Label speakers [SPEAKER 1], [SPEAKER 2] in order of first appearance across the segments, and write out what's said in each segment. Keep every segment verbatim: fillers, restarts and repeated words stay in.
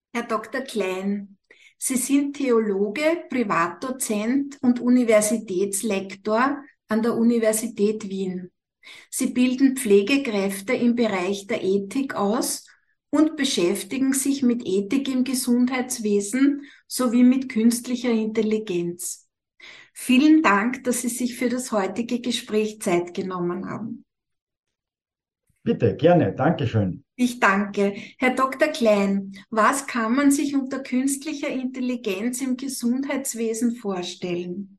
[SPEAKER 1] Herr Doktor Klein, Sie sind Theologe, Privatdozent und Universitätslektor an der Universität Wien. Sie bilden Pflegekräfte im Bereich der Ethik aus und beschäftigen sich mit Ethik im Gesundheitswesen sowie mit künstlicher Intelligenz. Vielen Dank, dass Sie sich für das heutige Gespräch Zeit genommen haben.
[SPEAKER 2] Bitte, gerne, Dankeschön.
[SPEAKER 1] Ich danke. Herr Doktor Klein, was kann man sich unter künstlicher Intelligenz im Gesundheitswesen vorstellen?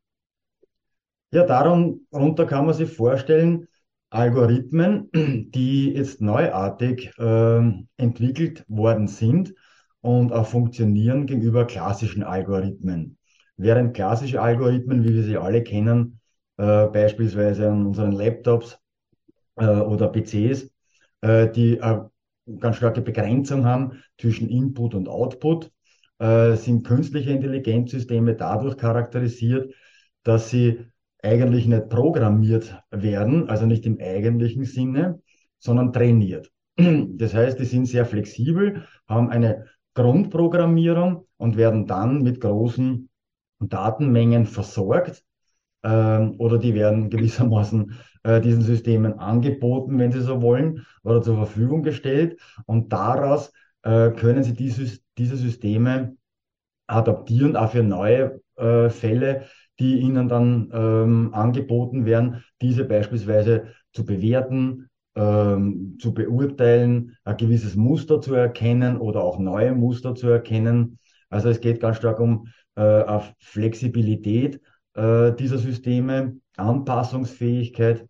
[SPEAKER 2] Ja, darum, darunter kann man sich vorstellen, Algorithmen, die jetzt neuartig ähm, entwickelt worden sind und auch funktionieren gegenüber klassischen Algorithmen. Während klassische Algorithmen, wie wir sie alle kennen, äh, beispielsweise an unseren Laptops äh, oder P Cs, äh, die äh, ganz starke Begrenzung haben zwischen Input und Output, äh, sind künstliche Intelligenzsysteme dadurch charakterisiert, dass sie eigentlich nicht programmiert werden, also nicht im eigentlichen Sinne, sondern trainiert. Das heißt, die sind sehr flexibel, haben eine Grundprogrammierung und werden dann mit großen Datenmengen versorgt, ähm, oder die werden gewissermaßen äh, diesen Systemen angeboten, wenn sie so wollen, oder zur Verfügung gestellt. Und daraus äh, können sie dieses, diese Systeme adaptieren, auch für neue äh, Fälle, die ihnen dann ähm, angeboten werden, diese beispielsweise zu bewerten, ähm, zu beurteilen, ein gewisses Muster zu erkennen oder auch neue Muster zu erkennen. Also es geht ganz stark um äh, auf Flexibilität äh, dieser Systeme, Anpassungsfähigkeit,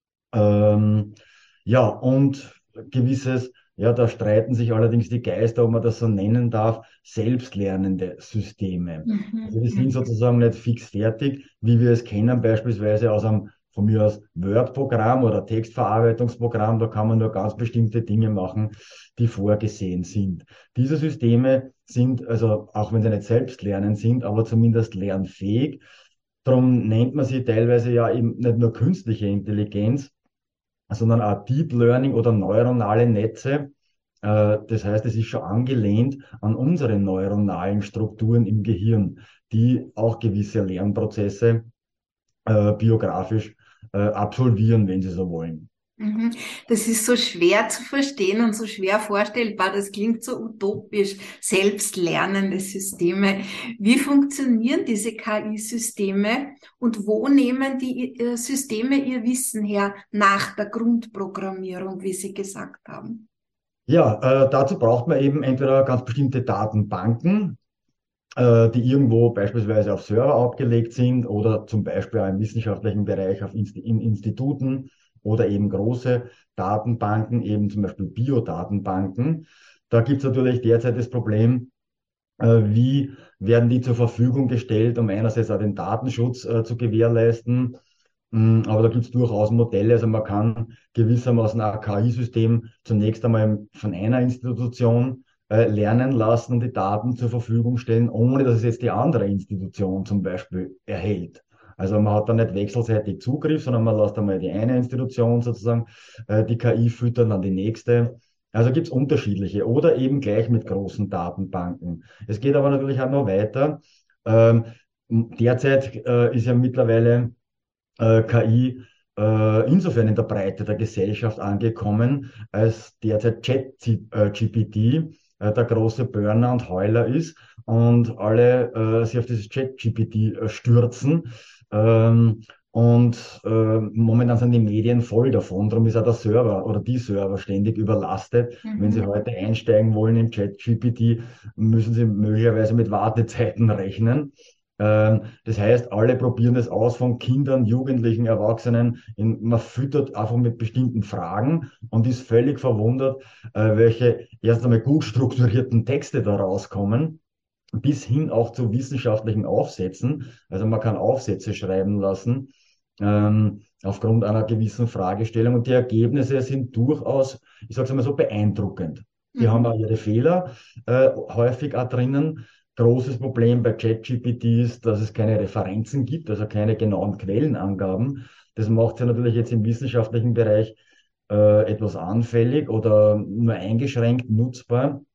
[SPEAKER 2] ähm, ja, und gewisses, ja, da streiten sich allerdings die Geister, ob man das so nennen darf, selbstlernende Systeme. Also
[SPEAKER 1] Mhm,
[SPEAKER 2] die sind
[SPEAKER 1] mhm.
[SPEAKER 2] sozusagen nicht fix fertig, wie wir es kennen, beispielsweise aus einem von mir aus Word-Programm oder Textverarbeitungsprogramm. Da kann man nur ganz bestimmte Dinge machen, die vorgesehen sind. Diese Systeme sind, also auch wenn sie nicht selbstlernend sind, aber zumindest lernfähig. Darum nennt man sie teilweise ja eben nicht nur künstliche Intelligenz, sondern auch Deep Learning oder neuronale Netze. Äh, Das heißt, es ist schon angelehnt an unsere neuronalen Strukturen im Gehirn, die auch gewisse Lernprozesse äh, biografisch äh, absolvieren, wenn Sie so wollen.
[SPEAKER 1] Mhm. Das ist so schwer zu verstehen und so schwer vorstellbar. Das klingt so utopisch. Selbstlernende Systeme. Wie funktionieren diese K I-Systeme und wo nehmen die äh, Systeme ihr Wissen her nach der Grundprogrammierung, wie Sie gesagt haben?
[SPEAKER 2] Ja, äh, dazu braucht man eben entweder ganz bestimmte Datenbanken, äh, die irgendwo beispielsweise auf Server abgelegt sind oder zum Beispiel auch im wissenschaftlichen Bereich auf Inst in Instituten oder eben große Datenbanken, eben zum Beispiel Biodatenbanken. Da gibt es natürlich derzeit das Problem, äh, wie werden die zur Verfügung gestellt, um einerseits auch den Datenschutz äh, zu gewährleisten. Mm, Aber da gibt es durchaus Modelle. Also man kann gewissermaßen ein K I-System zunächst einmal von einer Institution äh, lernen lassen und die Daten zur Verfügung stellen, ohne dass es jetzt die andere Institution zum Beispiel erhält. Also man hat da nicht wechselseitig Zugriff, sondern man lässt einmal die eine Institution sozusagen äh, die K I füttern, dann die nächste. Also gibt es unterschiedliche oder eben gleich mit großen Datenbanken. Es geht aber natürlich auch noch weiter. Ähm, Derzeit äh, ist ja mittlerweile äh, K I äh, insofern in der Breite der Gesellschaft angekommen, als derzeit ChatGPT äh, der große Burner und Heuler ist und alle äh, sich auf dieses ChatGPT äh, stürzen. Ähm, und äh, momentan sind die Medien voll davon. Darum ist auch der Server oder die Server ständig überlastet. Wenn Sie
[SPEAKER 1] Mhm.
[SPEAKER 2] heute einsteigen wollen in ChatGPT, müssen Sie möglicherweise mit Wartezeiten rechnen. Ähm, das heißt, alle probieren es aus, von Kindern, Jugendlichen, Erwachsenen. In, man füttert einfach mit bestimmten Fragen und ist völlig verwundert, äh, welche erst einmal gut strukturierten Texte da rauskommen, bis hin auch zu wissenschaftlichen Aufsätzen. Also man kann Aufsätze schreiben lassen, ähm, aufgrund einer gewissen Fragestellung. Und die Ergebnisse sind durchaus, ich sage es mal so, beeindruckend. Die haben
[SPEAKER 1] Mhm.
[SPEAKER 2] auch ihre Fehler äh, häufig auch drinnen. Großes Problem bei ChatGPT ist, dass es keine Referenzen gibt, also keine genauen Quellenangaben. Das macht es ja natürlich jetzt im wissenschaftlichen Bereich äh, etwas anfällig oder nur eingeschränkt nutzbar.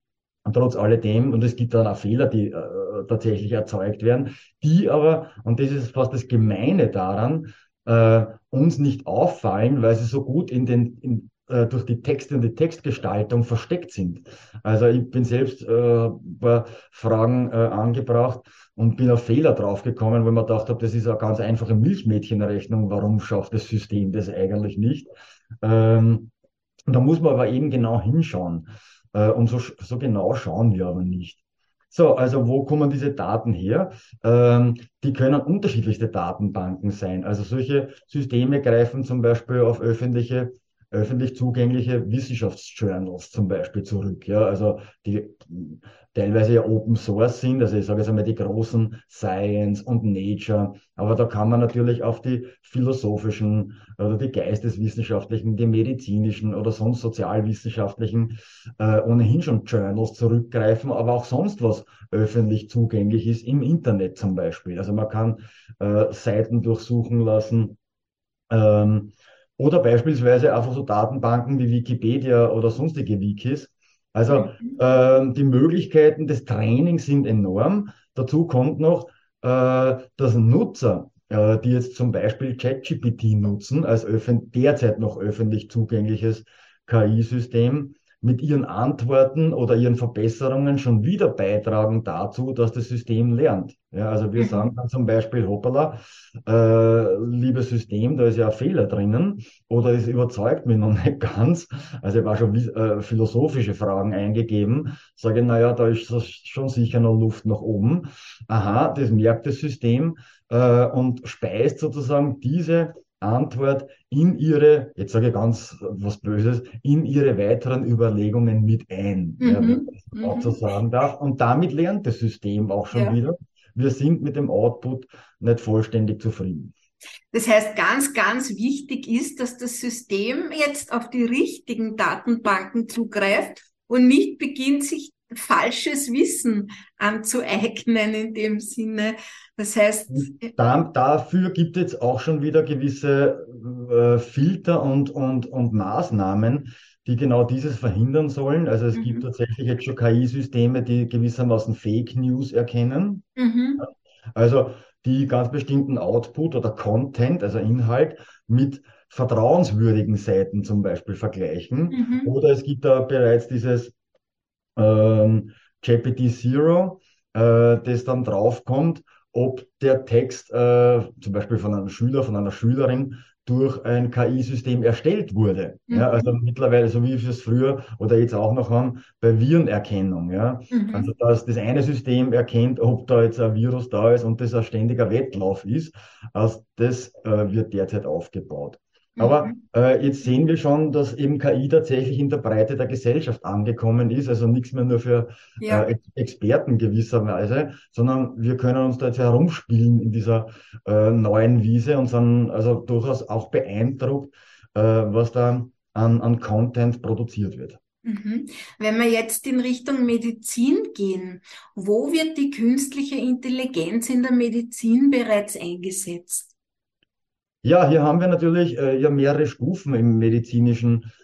[SPEAKER 2] Und trotz alledem, und es gibt dann auch Fehler, die äh, tatsächlich erzeugt werden, die aber, und das ist fast das Gemeine daran, äh, uns nicht auffallen, weil sie so gut in den, in, äh, durch die Texte und die Textgestaltung versteckt sind. Also ich bin selbst äh, ein paar Fragen äh, angebracht und bin auf Fehler draufgekommen, weil man gedacht habe, das ist eine ganz einfache Milchmädchenrechnung. Warum schafft das System das eigentlich nicht? Ähm, und da muss man aber eben genau hinschauen. Äh, und so, so genau schauen wir aber nicht. So, also wo kommen diese Daten her? Ähm, die können unterschiedlichste Datenbanken sein. Also solche Systeme greifen zum Beispiel auf öffentliche, öffentlich zugängliche Wissenschaftsjournals zum Beispiel zurück. Ja, also die teilweise ja Open Source sind. Also ich sage jetzt einmal die großen Science und Nature. Aber da kann man natürlich auf die philosophischen oder die geisteswissenschaftlichen, die medizinischen oder sonst sozialwissenschaftlichen äh, ohnehin schon Journals zurückgreifen, aber auch sonst was öffentlich zugänglich ist, im Internet zum Beispiel. Also man kann äh, Seiten durchsuchen lassen, ähm, oder beispielsweise einfach so Datenbanken wie Wikipedia oder sonstige Wikis. Also
[SPEAKER 1] Mhm.
[SPEAKER 2] ähm, die Möglichkeiten des Trainings sind enorm. Dazu kommt noch, äh, dass Nutzer, äh, die jetzt zum Beispiel ChatGPT nutzen, als öffn- derzeit noch öffentlich zugängliches K I-System, mit ihren Antworten oder ihren Verbesserungen schon wieder beitragen dazu, dass das System lernt. Ja, also wir sagen
[SPEAKER 1] Mhm.
[SPEAKER 2] dann zum Beispiel, hoppala, äh, liebes System, da ist ja ein Fehler drinnen oder es überzeugt mich noch nicht ganz. Also ich habe auch schon äh, philosophische Fragen eingegeben, sage, naja, da ist das schon sicher noch Luft nach oben. Aha, das merkt das System äh, und speist sozusagen diese Antwort in ihre, jetzt sage ich ganz was Böses, in ihre weiteren Überlegungen mit ein, ja, wenn man
[SPEAKER 1] Mhm.
[SPEAKER 2] das auch so
[SPEAKER 1] Mhm.
[SPEAKER 2] sagen darf. Und damit lernt das System auch schon
[SPEAKER 1] Ja.
[SPEAKER 2] wieder. Wir sind mit dem Output nicht vollständig zufrieden.
[SPEAKER 1] Das heißt, ganz, ganz wichtig ist, dass das System jetzt auf die richtigen Datenbanken zugreift und nicht beginnt, sich falsches Wissen anzueignen in dem Sinne. Das heißt,
[SPEAKER 2] Und da, dafür gibt es auch schon wieder gewisse äh, Filter und, und, und Maßnahmen, die genau dieses verhindern sollen. Also es gibt
[SPEAKER 1] mhm,
[SPEAKER 2] tatsächlich jetzt schon K I-Systeme, die gewissermaßen Fake News erkennen.
[SPEAKER 1] mhm,
[SPEAKER 2] Also die ganz bestimmten Output oder Content, also Inhalt, mit vertrauenswürdigen Seiten zum Beispiel vergleichen.
[SPEAKER 1] mhm,
[SPEAKER 2] Oder es gibt da bereits dieses ähm, G P T Zero, äh, das dann draufkommt, ob der Text äh, zum Beispiel von einem Schüler, von einer Schülerin durch ein K I-System erstellt wurde. Ja, also
[SPEAKER 1] mhm,
[SPEAKER 2] mittlerweile, so wie wir es früher oder jetzt auch noch haben, bei Virenerkennung. Ja. Also
[SPEAKER 1] mhm,
[SPEAKER 2] dass das eine System erkennt, ob da jetzt ein Virus da ist und das ein ständiger Wettlauf ist, also das äh, wird derzeit aufgebaut. Aber
[SPEAKER 1] mhm.
[SPEAKER 2] äh, jetzt sehen wir schon, dass eben K I tatsächlich in der Breite der Gesellschaft angekommen ist, also nichts mehr nur für äh,
[SPEAKER 1] Ja.
[SPEAKER 2] Ex- Experten gewisserweise, sondern wir können uns da jetzt herumspielen in dieser äh, neuen Wiese und sind also durchaus auch beeindruckt, äh, was da an, an Content produziert wird.
[SPEAKER 1] Mhm. Wenn wir jetzt in Richtung Medizin gehen, wo wird die künstliche Intelligenz in der Medizin bereits eingesetzt?
[SPEAKER 2] Ja, hier haben wir natürlich äh, ja mehrere Stufen im medizinischen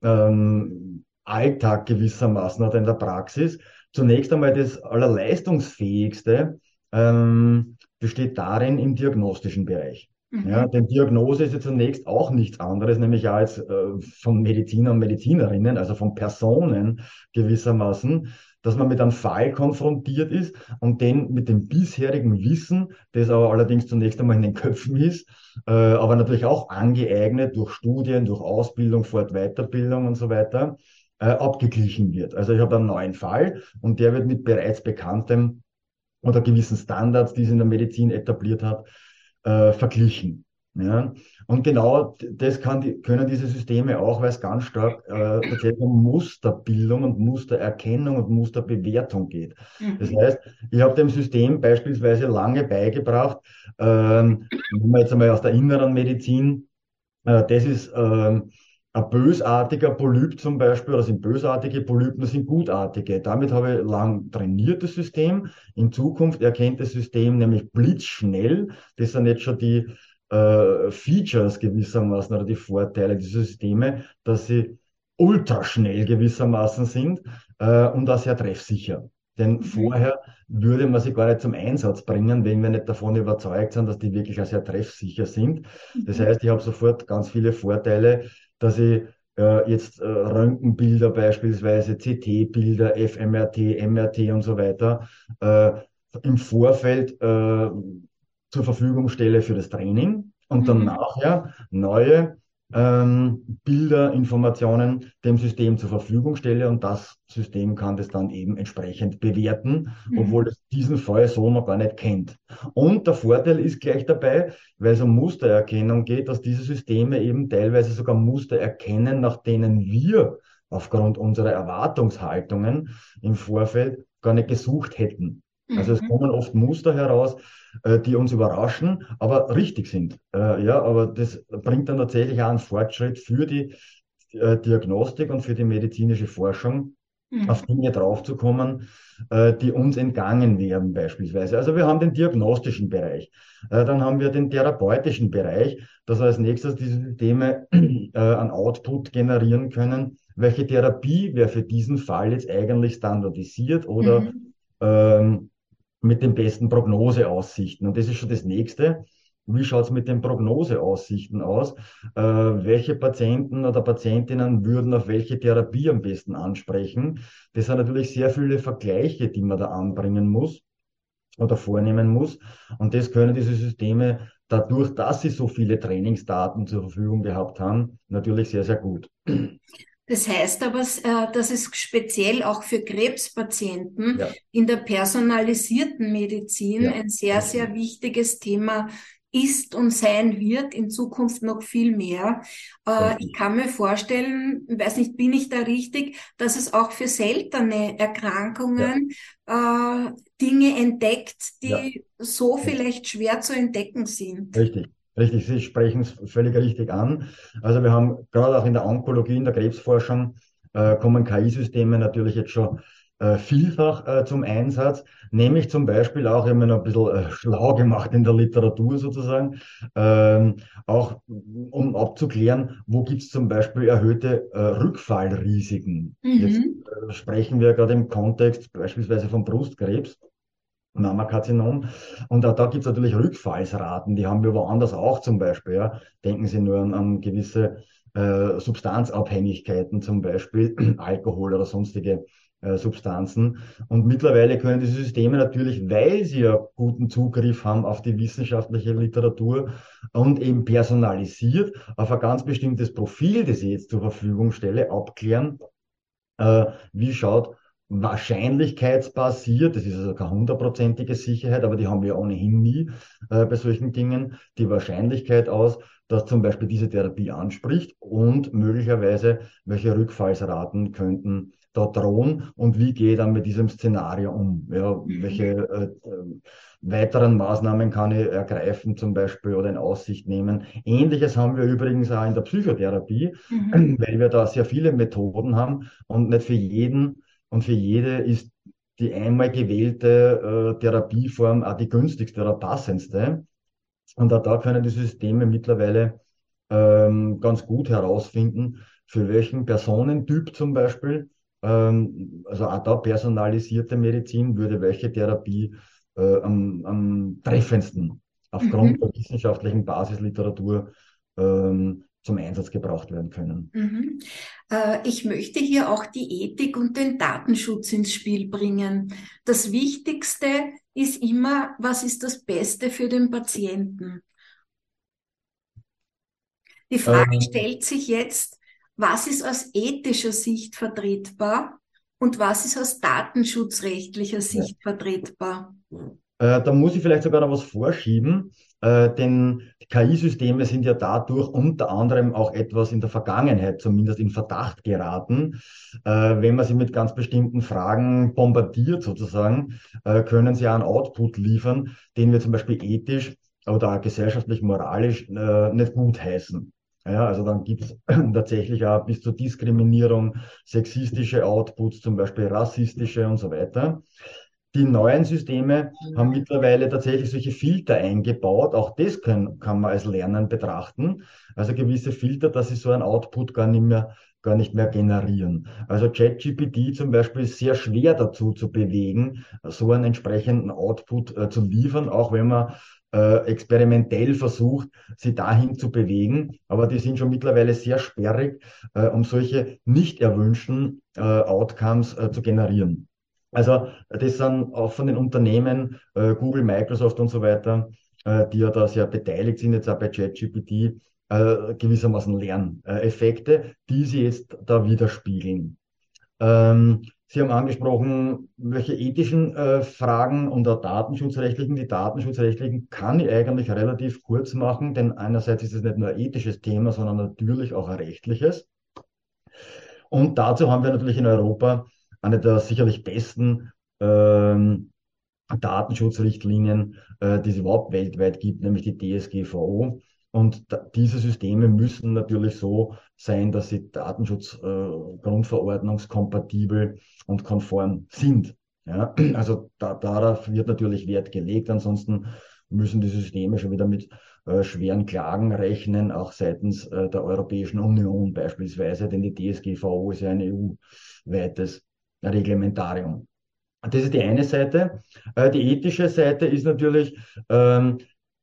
[SPEAKER 2] ähm, Alltag gewissermaßen oder in der Praxis. Zunächst einmal das Allerleistungsfähigste ähm, besteht darin im diagnostischen Bereich. Ja,
[SPEAKER 1] Mhm.
[SPEAKER 2] denn Diagnose ist ja zunächst auch nichts anderes, nämlich ja jetzt äh, von Medizinern und Medizinerinnen, also von Personen gewissermaßen, dass man mit einem Fall konfrontiert ist und den mit dem bisherigen Wissen, das aber allerdings zunächst einmal in den Köpfen ist, äh, aber natürlich auch angeeignet durch Studien, durch Ausbildung, Fort-, Weiterbildung und so weiter, äh, abgeglichen wird. Also ich habe einen neuen Fall und der wird mit bereits bekanntem oder gewissen Standards, die es in der Medizin etabliert hat, äh, verglichen. Ja? Und genau das kann die, können diese Systeme auch, weil es ganz stark äh, tatsächlich um Musterbildung und Mustererkennung und Musterbewertung geht. Das
[SPEAKER 1] Mhm.
[SPEAKER 2] heißt, ich habe dem System beispielsweise lange beigebracht, ähm, wenn man jetzt einmal aus der inneren Medizin, äh, das ist ähm, ein bösartiger Polyp zum Beispiel, oder sind bösartige Polypen, das sind gutartige. Damit habe ich lang trainiert, das System. In Zukunft erkennt das System nämlich blitzschnell. Das sind jetzt schon die äh, Features gewissermaßen oder die Vorteile dieser Systeme, dass sie ultraschnell gewissermaßen sind äh, und auch sehr treffsicher. Denn
[SPEAKER 1] Mhm.
[SPEAKER 2] vorher würde man sie gar nicht zum Einsatz bringen, wenn wir nicht davon überzeugt sind, dass die wirklich auch sehr treffsicher sind. Das
[SPEAKER 1] Mhm.
[SPEAKER 2] heißt, ich habe sofort ganz viele Vorteile, dass ich äh, jetzt äh, Röntgenbilder beispielsweise, C T-Bilder, F M R T, M R T und so weiter äh, im Vorfeld äh, zur Verfügung stelle für das Training und dann
[SPEAKER 1] Mhm.
[SPEAKER 2] nachher neue ähm, Bilder, Informationen dem System zur Verfügung stelle und das System kann das dann eben entsprechend bewerten, obwohl
[SPEAKER 1] Mhm.
[SPEAKER 2] es diesen Fall so noch gar nicht kennt. Und der Vorteil ist gleich dabei, weil es um Mustererkennung geht, dass diese Systeme eben teilweise sogar Muster erkennen, nach denen wir aufgrund unserer Erwartungshaltungen im Vorfeld gar nicht gesucht hätten. Also es
[SPEAKER 1] Mhm.
[SPEAKER 2] kommen oft Muster heraus, äh, die uns überraschen, aber richtig sind. Äh, ja, aber das bringt dann tatsächlich auch einen Fortschritt für die äh, Diagnostik und für die medizinische Forschung, auf
[SPEAKER 1] Mhm.
[SPEAKER 2] Dinge draufzukommen, äh, die uns entgangen wären beispielsweise. Also wir haben den diagnostischen Bereich, äh, dann haben wir den therapeutischen Bereich, dass als nächstes diese Systeme äh, einen Output generieren können. Welche Therapie wäre für diesen Fall jetzt eigentlich standardisiert oder
[SPEAKER 1] Mhm.
[SPEAKER 2] ähm, mit den besten Prognoseaussichten? Und das ist schon das Nächste. Wie schaut es mit den Prognoseaussichten aus? Äh, welche Patienten oder Patientinnen würden auf welche Therapie am besten ansprechen? Das sind natürlich sehr viele Vergleiche, die man da anbringen muss oder vornehmen muss. Und das können diese Systeme dadurch, dass sie so viele Trainingsdaten zur Verfügung gehabt haben, natürlich sehr, sehr gut.
[SPEAKER 1] Das heißt aber, äh, dass es speziell auch für Krebspatienten
[SPEAKER 2] Ja,
[SPEAKER 1] in der personalisierten Medizin
[SPEAKER 2] ja,
[SPEAKER 1] ein sehr,
[SPEAKER 2] richtig,
[SPEAKER 1] sehr wichtiges Thema ist und sein wird, in Zukunft noch viel mehr. Äh, Ich
[SPEAKER 2] richtig.
[SPEAKER 1] kann mir vorstellen, weiß nicht, bin ich da richtig, dass es auch für seltene
[SPEAKER 2] Ja,
[SPEAKER 1] Erkrankungen äh, Dinge entdeckt,
[SPEAKER 2] ja.
[SPEAKER 1] die so vielleicht schwer zu entdecken sind.
[SPEAKER 2] Richtig, richtig. Sie sprechen es völlig richtig an. Also wir haben gerade auch in der Onkologie, in der Krebsforschung, äh, kommen K I-Systeme natürlich jetzt schon äh, vielfach äh, zum Einsatz. Nämlich zum Beispiel auch, ich habe mich noch ein bisschen äh, schlau gemacht in der Literatur sozusagen, ähm, auch um abzuklären, wo gibt es zum Beispiel erhöhte äh, Rückfallrisiken. Jetzt
[SPEAKER 1] Mhm.
[SPEAKER 2] äh, sprechen wir gerade im Kontext beispielsweise von Brustkrebs. Mammakarzinom. Und auch da gibt es natürlich Rückfallsraten, die haben wir woanders auch zum Beispiel. Ja. Denken Sie nur an, an gewisse äh, Substanzabhängigkeiten, zum Beispiel Alkohol oder sonstige äh, Substanzen. Und mittlerweile können diese Systeme natürlich, weil sie ja guten Zugriff haben auf die wissenschaftliche Literatur und eben personalisiert auf ein ganz bestimmtes Profil, das ich jetzt zur Verfügung stelle, abklären, äh, wie schaut wahrscheinlichkeitsbasiert, das ist also keine hundertprozentige Sicherheit, aber die haben wir ohnehin nie äh, bei solchen Dingen, die Wahrscheinlichkeit aus, dass zum Beispiel diese Therapie anspricht und möglicherweise welche Rückfallsraten könnten da drohen und wie gehe ich dann mit diesem Szenario um? Ja, welche
[SPEAKER 1] Mhm.
[SPEAKER 2] äh, äh, weiteren Maßnahmen kann ich ergreifen zum Beispiel oder in Aussicht nehmen? Ähnliches haben wir übrigens auch in der Psychotherapie,
[SPEAKER 1] Mhm.
[SPEAKER 2] weil wir da sehr viele Methoden haben und nicht für jeden und für jede ist die einmal gewählte äh, Therapieform auch die günstigste oder passendste. Und auch da können die Systeme mittlerweile ähm, ganz gut herausfinden, für welchen Personentyp zum Beispiel, ähm, also auch da personalisierte Medizin, würde welche Therapie äh, am, am treffendsten aufgrund der
[SPEAKER 1] Mhm.
[SPEAKER 2] wissenschaftlichen Basisliteratur ähm, zum Einsatz gebracht werden können.
[SPEAKER 1] Mhm. Äh, Ich möchte hier auch die Ethik und den Datenschutz ins Spiel bringen. Das Wichtigste ist immer, was ist das Beste für den Patienten? Die Frage
[SPEAKER 2] Ähm,
[SPEAKER 1] stellt sich jetzt, was ist aus ethischer Sicht vertretbar und was ist aus datenschutzrechtlicher
[SPEAKER 2] ja.
[SPEAKER 1] Sicht vertretbar?
[SPEAKER 2] Äh, da muss ich vielleicht sogar noch was vorschieben, äh, denn die K I-Systeme sind ja dadurch unter anderem auch etwas in der Vergangenheit zumindest in Verdacht geraten. Äh, wenn man sie mit ganz bestimmten Fragen bombardiert sozusagen, äh, können sie einen Output liefern, den wir zum Beispiel ethisch oder auch gesellschaftlich moralisch äh, nicht gutheißen. Ja, also dann gibt es tatsächlich auch bis zur Diskriminierung, sexistische Outputs, zum Beispiel rassistische und so weiter. Die neuen Systeme haben mittlerweile tatsächlich solche Filter eingebaut. Auch das können, kann man als Lernen betrachten. Also gewisse Filter, dass ich so einen Output gar nicht mehr gar nicht mehr generieren. Also ChatGPT zum Beispiel ist sehr schwer dazu zu bewegen, so einen entsprechenden Output äh, zu liefern, auch wenn man äh, experimentell versucht, sie dahin zu bewegen. Aber die sind schon mittlerweile sehr sperrig, äh, um solche nicht erwünschten äh, Outcomes äh, zu generieren. Also das sind auch von den Unternehmen, äh, Google, Microsoft und so weiter, äh, die ja da sehr beteiligt sind, jetzt auch bei ChatGPT, äh, gewissermaßen Lerneffekte, die sie jetzt da widerspiegeln. Ähm, Sie haben angesprochen, welche ethischen äh, Fragen und auch datenschutzrechtlichen. Die datenschutzrechtlichen kann ich eigentlich relativ kurz machen, denn einerseits ist es nicht nur ein ethisches Thema, sondern natürlich auch ein rechtliches. Und dazu haben wir natürlich in Europa eine der sicherlich besten ähm, Datenschutzrichtlinien, äh, die es überhaupt weltweit gibt, nämlich die D S G V O. Und da, diese Systeme müssen natürlich so sein, dass sie Datenschutz-Grundverordnungskompatibel und konform sind. Ja, also da, darauf wird natürlich Wert gelegt. Ansonsten müssen die Systeme schon wieder mit äh, schweren Klagen rechnen, auch seitens äh, der Europäischen Union beispielsweise, denn die D S G V O ist ja ein E U-weites Reglementarium. Das ist die eine Seite. Äh, die ethische Seite ist natürlich, ähm,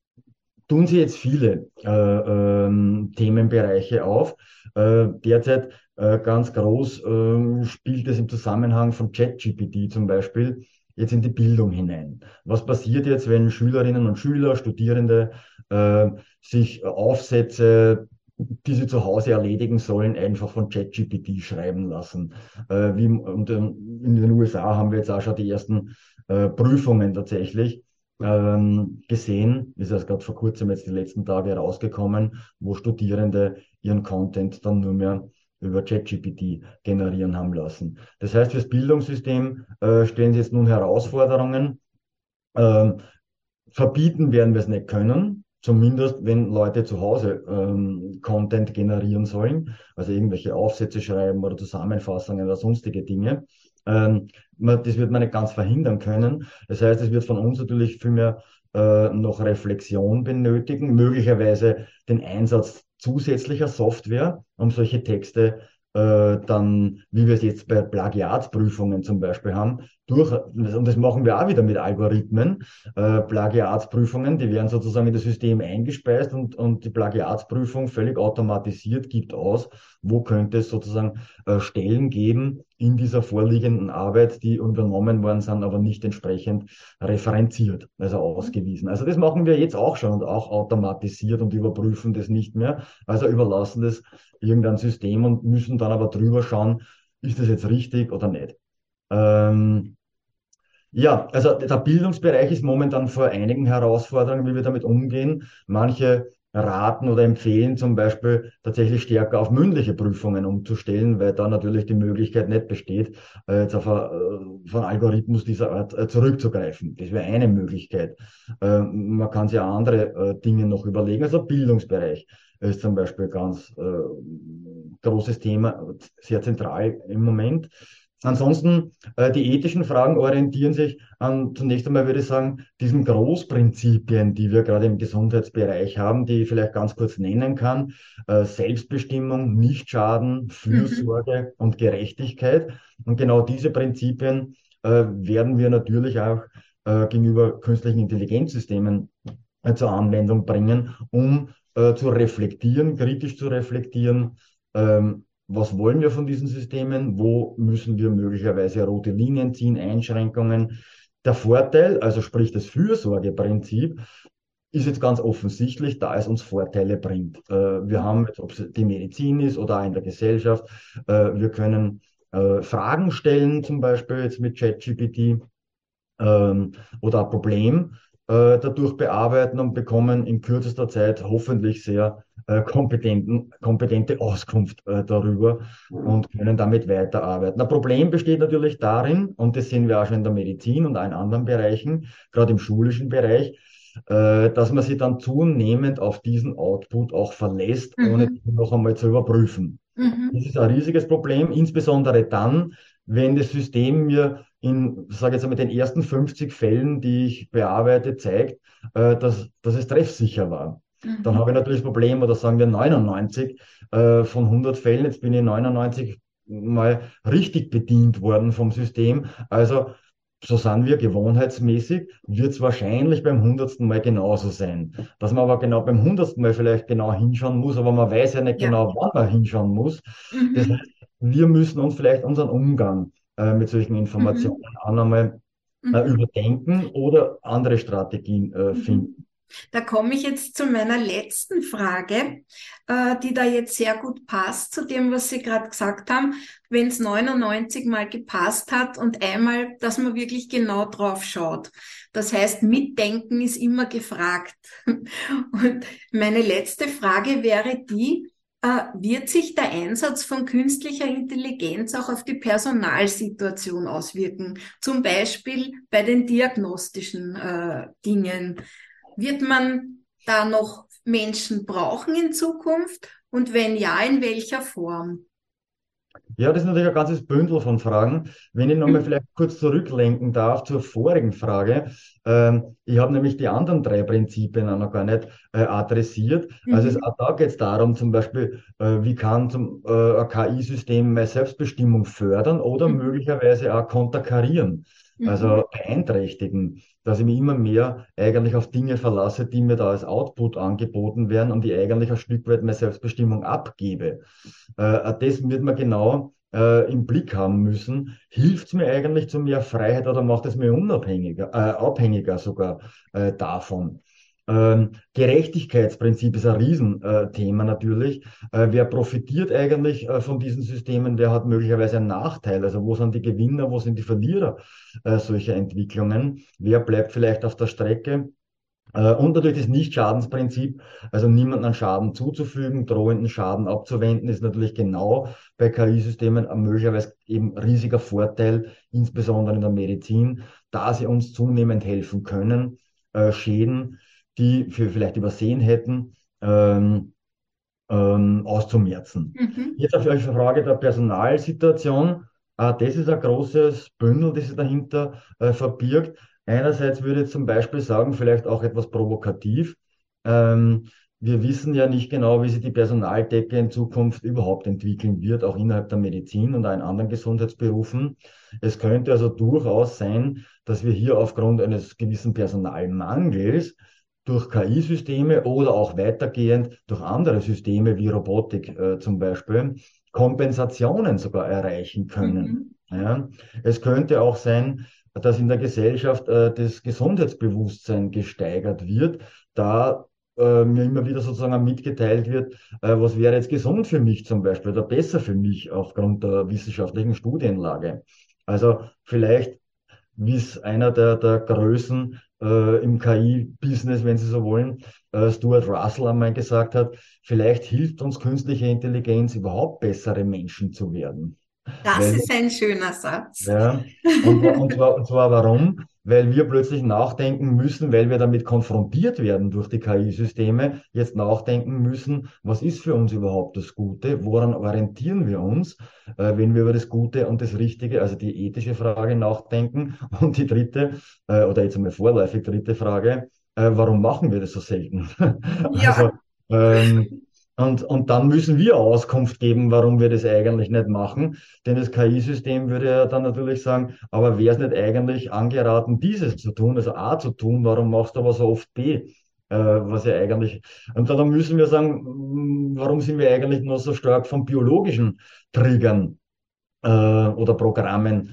[SPEAKER 2] tun Sie jetzt viele äh, ähm, Themenbereiche auf. Äh, derzeit äh, ganz groß äh, spielt es im Zusammenhang von ChatGPT zum Beispiel jetzt in die Bildung hinein. Was passiert jetzt, wenn Schülerinnen und Schüler, Studierende äh, sich Aufsätze, die sie zu Hause erledigen sollen, einfach von ChatGPT schreiben lassen? Äh, wie, und ähm, in den U S A haben wir jetzt auch schon die ersten äh, Prüfungen tatsächlich ähm, gesehen, ist erst gerade vor kurzem jetzt die letzten Tage rausgekommen, wo Studierende ihren Content dann nur mehr über ChatGPT generieren haben lassen. Das heißt, fürs Bildungssystem äh, stellen sich jetzt nun Herausforderungen. Ähm, Verbieten werden wir es nicht können, zumindest wenn Leute zu Hause ähm, Content generieren sollen, also irgendwelche Aufsätze schreiben oder Zusammenfassungen oder sonstige Dinge. Ähm, man, das wird man nicht ganz verhindern können. Das heißt, es wird von uns natürlich viel mehr äh, noch Reflexion benötigen, möglicherweise den Einsatz zusätzlicher Software, um solche Texte äh, dann, wie wir es jetzt bei Plagiatsprüfungen zum Beispiel haben, durch, und das machen wir auch wieder mit Algorithmen, äh, Plagiatsprüfungen, die werden sozusagen in das System eingespeist und, und die Plagiatsprüfung völlig automatisiert gibt aus, wo könnte es sozusagen äh, Stellen geben in dieser vorliegenden Arbeit, die übernommen worden sind, aber nicht entsprechend referenziert, also ausgewiesen. Also das machen wir jetzt auch schon und auch automatisiert und überprüfen das nicht mehr, also überlassen das irgendein System und müssen dann aber drüber schauen, ist das jetzt richtig oder nicht. Ähm, ja, also der Bildungsbereich ist momentan vor einigen Herausforderungen, wie wir damit umgehen. Manche raten oder empfehlen zum Beispiel tatsächlich stärker auf mündliche Prüfungen umzustellen, weil da natürlich die Möglichkeit nicht besteht, äh, jetzt auf einen, äh, von Algorithmus dieser Art äh, zurückzugreifen. Das wäre eine Möglichkeit. Äh, man kann sich auch andere äh, Dinge noch überlegen. Also Bildungsbereich ist zum Beispiel ganz äh, großes Thema, sehr zentral im Moment. Ansonsten, äh, die ethischen Fragen orientieren sich an, zunächst einmal würde ich sagen, diesen Großprinzipien, die wir gerade im Gesundheitsbereich haben, die ich vielleicht ganz kurz nennen kann. Äh, Selbstbestimmung, Nichtschaden,
[SPEAKER 1] Mhm.
[SPEAKER 2] Fürsorge und Gerechtigkeit. Und genau diese Prinzipien äh, werden wir natürlich auch äh, gegenüber künstlichen Intelligenzsystemen äh, zur Anwendung bringen, um äh, zu reflektieren, kritisch zu reflektieren. Ähm, was wollen wir von diesen Systemen? Wo müssen wir möglicherweise rote Linien ziehen, Einschränkungen? Der Vorteil, also sprich das Fürsorgeprinzip, ist jetzt ganz offensichtlich, da es uns Vorteile bringt. Äh, wir haben, jetzt, ob es die Medizin ist oder auch in der Gesellschaft, äh, wir können äh, Fragen stellen, zum Beispiel jetzt mit ChatGPT, ähm, oder ein Problem äh, dadurch bearbeiten und bekommen in kürzester Zeit hoffentlich sehr äh, kompetenten, kompetente Auskunft äh, darüber und können damit weiterarbeiten. Ein Problem besteht natürlich darin, und das sehen wir auch schon in der Medizin und allen anderen Bereichen, gerade im schulischen Bereich, äh, dass man sich dann zunehmend auf diesen Output auch verlässt, ohne
[SPEAKER 1] Mhm.
[SPEAKER 2] ihn noch einmal zu überprüfen. Das
[SPEAKER 1] Mhm.
[SPEAKER 2] ist ein riesiges Problem, insbesondere dann, wenn das System mir in, sage jetzt einmal, den ersten fünfzig Fällen, die ich bearbeite, zeigt, äh, dass, dass es treffsicher war. Dann
[SPEAKER 1] Mhm.
[SPEAKER 2] habe ich natürlich das Problem, oder sagen wir neunundneunzig äh, von hundert Fällen, jetzt bin ich neunundneunzig mal richtig bedient worden vom System. Also so sind wir gewohnheitsmäßig, wird es wahrscheinlich beim hundertsten Mal genauso sein. Dass man aber genau beim hundertsten Mal vielleicht genau hinschauen muss, aber man weiß ja nicht
[SPEAKER 1] Ja.
[SPEAKER 2] genau, wann man hinschauen muss. Das
[SPEAKER 1] Mhm.
[SPEAKER 2] heißt, wir müssen uns vielleicht unseren Umgang äh, mit solchen Informationen
[SPEAKER 1] Mhm.
[SPEAKER 2] auch nochmal äh,
[SPEAKER 1] Mhm.
[SPEAKER 2] überdenken oder andere Strategien äh, finden.
[SPEAKER 1] Mhm. Da komme ich jetzt zu meiner letzten Frage, äh, die da jetzt sehr gut passt zu dem, was Sie gerade gesagt haben. Wenn es neunundneunzig Mal gepasst hat und einmal, dass man wirklich genau drauf schaut. Das heißt, Mitdenken ist immer gefragt. Und meine letzte Frage wäre die, äh, wird sich der Einsatz von künstlicher Intelligenz auch auf die Personalsituation auswirken? Zum Beispiel bei den diagnostischen äh, Dingen. Wird man da noch Menschen brauchen in Zukunft? Und wenn ja, in welcher Form?
[SPEAKER 2] Ja, das ist natürlich ein ganzes Bündel von Fragen. Wenn ich nochmal vielleicht kurz zurücklenken darf zur vorigen Frage. Ähm, ich habe nämlich die anderen drei Prinzipien auch noch gar nicht äh, adressiert. Also es,
[SPEAKER 1] Mhm.
[SPEAKER 2] auch da geht es darum, zum Beispiel, äh, wie kann zum, äh, ein K I-System meine Selbstbestimmung fördern oder
[SPEAKER 1] Mhm.
[SPEAKER 2] möglicherweise auch konterkarieren,
[SPEAKER 1] Mhm.
[SPEAKER 2] also beeinträchtigen, dass ich mich immer mehr eigentlich auf Dinge verlasse, die mir da als Output angeboten werden und ich eigentlich ein Stück weit meine Selbstbestimmung abgebe. Äh, das wird man genau äh, im Blick haben müssen. Hilft es mir eigentlich zu mehr Freiheit oder macht es mir unabhängiger, äh, abhängiger sogar äh, davon? Ähm, Gerechtigkeitsprinzip ist ein Riesenthema natürlich. Äh, wer profitiert eigentlich äh, von diesen Systemen? Wer hat möglicherweise einen Nachteil? Also wo sind die Gewinner, wo sind die Verlierer äh, solcher Entwicklungen? Wer bleibt vielleicht auf der Strecke? Äh, Und natürlich das Nicht-Schadensprinzip, also niemandem einen Schaden zuzufügen, drohenden Schaden abzuwenden, ist natürlich genau bei K I-Systemen ein möglicherweise eben riesiger Vorteil, insbesondere in der Medizin, da sie uns zunehmend helfen können, äh, Schäden, die wir vielleicht übersehen hätten, ähm, ähm, auszumerzen.
[SPEAKER 1] Mhm.
[SPEAKER 2] Jetzt auf die Frage der Personalsituation. Äh, das ist ein großes Bündel, das sich dahinter äh, verbirgt. Einerseits würde ich zum Beispiel sagen, vielleicht auch etwas provokativ. Ähm, Wir wissen ja nicht genau, wie sich die Personaldecke in Zukunft überhaupt entwickeln wird, auch innerhalb der Medizin und auch in anderen Gesundheitsberufen. Es könnte also durchaus sein, dass wir hier aufgrund eines gewissen Personalmangels durch K I-Systeme oder auch weitergehend durch andere Systeme wie Robotik äh, zum Beispiel Kompensationen sogar erreichen können.
[SPEAKER 1] Mhm.
[SPEAKER 2] Ja. Es könnte auch sein, dass in der Gesellschaft äh, das Gesundheitsbewusstsein gesteigert wird, da äh, mir immer wieder sozusagen mitgeteilt wird, äh, was wäre jetzt gesund für mich zum Beispiel oder besser für mich aufgrund der wissenschaftlichen Studienlage. Also vielleicht wie es einer der, der Größen äh, im K I-Business, wenn Sie so wollen, äh, Stuart Russell einmal gesagt hat, vielleicht hilft uns künstliche Intelligenz überhaupt bessere Menschen zu werden.
[SPEAKER 1] Das
[SPEAKER 2] Weil
[SPEAKER 1] ist ein schöner Satz.
[SPEAKER 2] ja, und, und zwar, und zwar warum? Weil wir plötzlich nachdenken müssen, weil wir damit konfrontiert werden durch die K I-Systeme, jetzt nachdenken müssen, was ist für uns überhaupt das Gute, woran orientieren wir uns, äh, wenn wir über das Gute und das Richtige, also die ethische Frage nachdenken. Und die dritte, äh, oder jetzt einmal vorläufig dritte Frage, äh, warum machen wir das so selten? Also,
[SPEAKER 1] Ja,
[SPEAKER 2] ähm, und, und dann müssen wir Auskunft geben, warum wir das eigentlich nicht machen. Denn das K I-System würde ja dann natürlich sagen, aber wäre es nicht eigentlich angeraten, dieses zu tun, also A zu tun, warum machst du aber so oft B? Äh, was ja eigentlich, und dann müssen wir sagen, mm, warum sind wir eigentlich nur so stark von biologischen Triggern äh, oder Programmen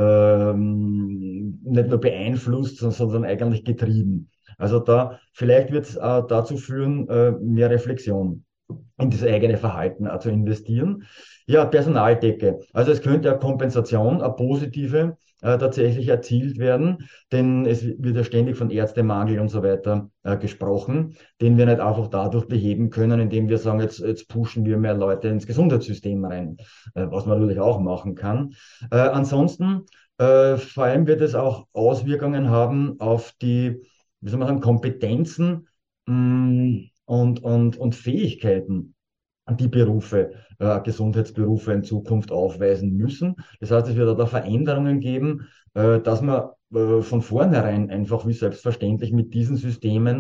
[SPEAKER 2] ähm, nicht nur beeinflusst, sondern, sondern eigentlich getrieben. Also da, vielleicht wird es äh, dazu führen, äh, mehr Reflexion in das eigene Verhalten auch zu investieren. Ja, Personaldecke. Also es könnte eine Kompensation, eine positive, äh, tatsächlich erzielt werden, denn es wird ja ständig von Ärztemangel und so weiter äh, gesprochen, den wir nicht einfach dadurch beheben können, indem wir sagen, jetzt, jetzt pushen wir mehr Leute ins Gesundheitssystem rein, äh, was man natürlich auch machen kann. Äh, ansonsten, äh, vor allem wird es auch Auswirkungen haben auf die, wie soll man sagen, Kompetenzen, mh, und, und, und Fähigkeiten, die Berufe, äh, Gesundheitsberufe in Zukunft aufweisen müssen. Das heißt, es wird da Veränderungen geben, äh, dass man äh, von vornherein einfach wie selbstverständlich mit diesen Systemen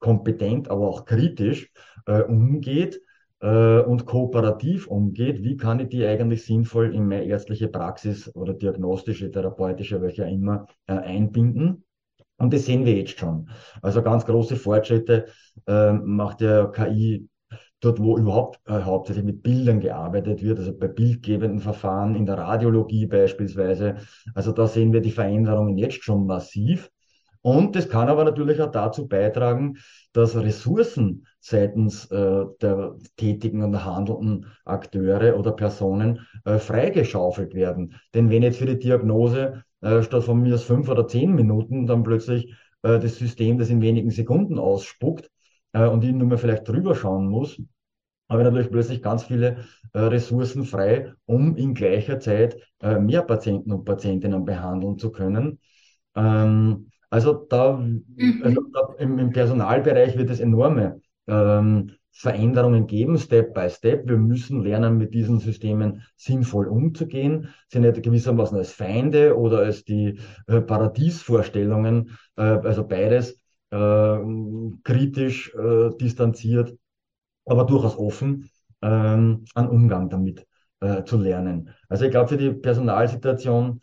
[SPEAKER 2] kompetent, aber auch kritisch äh, umgeht äh, und kooperativ umgeht, wie kann ich die eigentlich sinnvoll in meine ärztliche Praxis oder diagnostische, therapeutische, welche auch immer, äh, einbinden. Und das sehen wir jetzt schon. Also ganz große Fortschritte äh, macht ja K I dort, wo überhaupt äh, hauptsächlich mit Bildern gearbeitet wird, also bei bildgebenden Verfahren in der Radiologie beispielsweise. Also da sehen wir die Veränderungen jetzt schon massiv. Und das kann aber natürlich auch dazu beitragen, dass Ressourcen seitens äh, der tätigen und handelnden Akteure oder Personen äh, freigeschaufelt werden. Denn wenn jetzt für die Diagnose äh, statt von mir aus fünf oder zehn Minuten dann plötzlich äh, das System das in wenigen Sekunden ausspuckt äh, und ich nur mehr vielleicht drüber schauen muss, habe ich natürlich plötzlich ganz viele äh, Ressourcen frei, um in gleicher Zeit äh, mehr Patienten und Patientinnen behandeln zu können. Ähm, also da, also
[SPEAKER 1] Mhm.
[SPEAKER 2] da im, im Personalbereich wird es enorme ähm, Veränderungen geben, Step by Step. Wir müssen lernen, mit diesen Systemen sinnvoll umzugehen, sie nicht gewissermaßen als Feinde oder als die äh, Paradiesvorstellungen, äh, also beides äh, kritisch äh, distanziert, aber durchaus offen, ähm, einen Umgang damit äh, zu lernen. Also ich glaube, für die Personalsituation,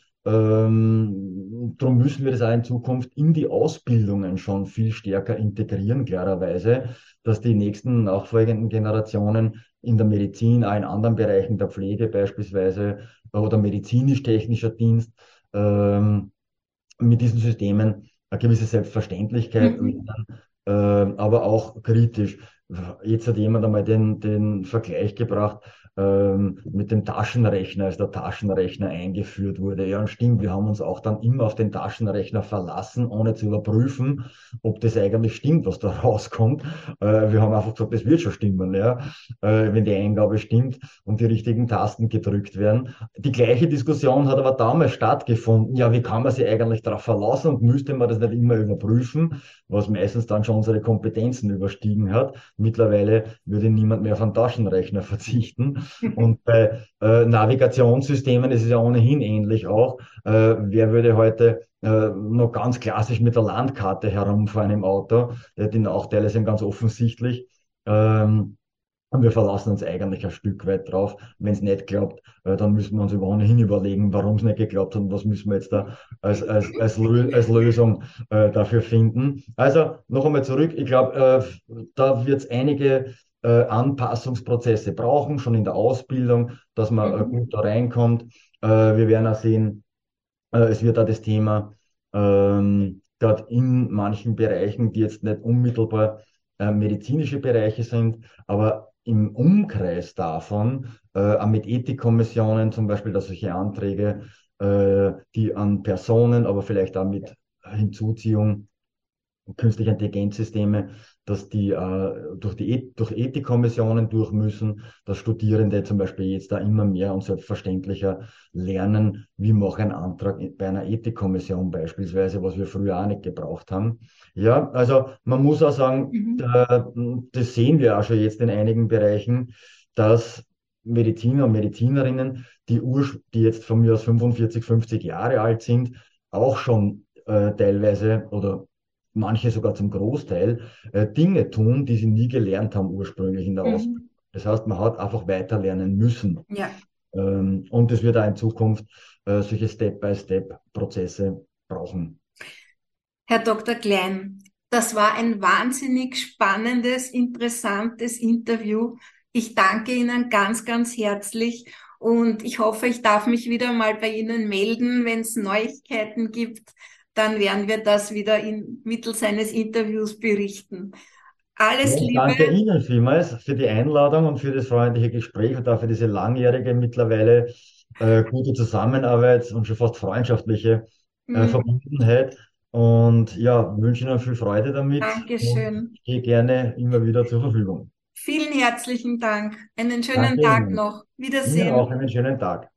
[SPEAKER 2] ähm, darum müssen wir das auch in Zukunft in die Ausbildungen schon viel stärker integrieren, klarerweise, dass die nächsten nachfolgenden Generationen in der Medizin, auch in anderen Bereichen der Pflege beispielsweise oder medizinisch-technischer Dienst, ähm, mit diesen Systemen eine gewisse Selbstverständlichkeit
[SPEAKER 1] Mhm.
[SPEAKER 2] lernen, äh, aber auch kritisch. Jetzt hat jemand einmal den, den Vergleich gebracht ähm, mit dem Taschenrechner, als der Taschenrechner eingeführt wurde. Ja, und stimmt, wir haben uns auch dann immer auf den Taschenrechner verlassen, ohne zu überprüfen, ob das eigentlich stimmt, was da rauskommt. Äh, wir haben einfach gesagt, das wird schon stimmen, ja, äh, wenn die Eingabe stimmt und die richtigen Tasten gedrückt werden. Die gleiche Diskussion hat aber damals stattgefunden. Ja, wie kann man sich eigentlich darauf verlassen und müsste man das nicht immer überprüfen, was meistens dann schon unsere Kompetenzen überstiegen hat. Mittlerweile würde niemand mehr auf einen Taschenrechner verzichten. Und bei äh, Navigationssystemen ist es ja ohnehin ähnlich auch. Äh, wer würde heute äh, noch ganz klassisch mit der Landkarte herumfahren im Auto? Ja, die Nachteile sind ganz offensichtlich. Ähm, und wir verlassen uns eigentlich ein Stück weit drauf. Wenn es nicht klappt, äh, dann müssen wir uns über- ohnehin überlegen, warum es nicht geklappt hat und was müssen wir jetzt da als, als, als, Lö als Lösung äh, dafür finden. Also noch einmal zurück. Ich glaube, äh, da wird es einige äh, Anpassungsprozesse brauchen, schon in der Ausbildung, dass man äh,
[SPEAKER 1] Mhm.
[SPEAKER 2] gut da reinkommt. Äh, wir werden auch sehen, äh, es wird da das Thema, ähm, gerade in manchen Bereichen, die jetzt nicht unmittelbar äh, medizinische Bereiche sind, aber im Umkreis davon, äh, auch mit Ethikkommissionen zum Beispiel, dass solche Anträge, äh, die an Personen, aber vielleicht auch mit Hinzuziehung künstliche Intelligenzsysteme, dass die äh, durch die Eth durch Ethikkommissionen durch müssen, dass Studierende zum Beispiel jetzt da immer mehr und selbstverständlicher lernen, wie mache ich einen Antrag bei einer Ethikkommission beispielsweise, was wir früher auch nicht gebraucht haben. Ja, also man muss auch sagen,
[SPEAKER 1] Mhm.
[SPEAKER 2] da, das sehen wir auch schon jetzt in einigen Bereichen, dass Mediziner und Medizinerinnen, die, Urs die jetzt von mir aus fünfundvierzig, fünfzig Jahre alt sind, auch schon äh, teilweise oder manche sogar zum Großteil, äh, Dinge tun, die sie nie gelernt haben ursprünglich in der Ausbildung.
[SPEAKER 1] Mhm.
[SPEAKER 2] Das heißt, man hat einfach weiter lernen müssen.
[SPEAKER 1] Ja.
[SPEAKER 2] Ähm, und es wird auch in Zukunft äh, solche Step-by-Step-Prozesse brauchen.
[SPEAKER 1] Herr Doktor Klein, das war ein wahnsinnig spannendes, interessantes Interview. Ich danke Ihnen ganz, ganz herzlich und ich hoffe, ich darf mich wieder mal bei Ihnen melden, wenn es Neuigkeiten gibt. Dann werden wir das wieder in, mittels eines Interviews berichten.
[SPEAKER 2] Ja,
[SPEAKER 1] Alles
[SPEAKER 2] ich
[SPEAKER 1] Liebe.
[SPEAKER 2] danke Ihnen vielmals für die Einladung und für das freundliche Gespräch und auch für diese langjährige, mittlerweile äh, gute Zusammenarbeit und schon fast freundschaftliche äh,
[SPEAKER 1] Hm,
[SPEAKER 2] Verbundenheit. Und ja, wünsche Ihnen viel Freude damit und
[SPEAKER 1] Dankeschön.
[SPEAKER 2] stehe gerne immer wieder zur Verfügung.
[SPEAKER 1] Vielen herzlichen Dank. Einen schönen
[SPEAKER 2] Danke
[SPEAKER 1] Tag
[SPEAKER 2] Ihnen.
[SPEAKER 1] noch.
[SPEAKER 2] Ihnen auch
[SPEAKER 1] Wiedersehen.
[SPEAKER 2] einen schönen Tag.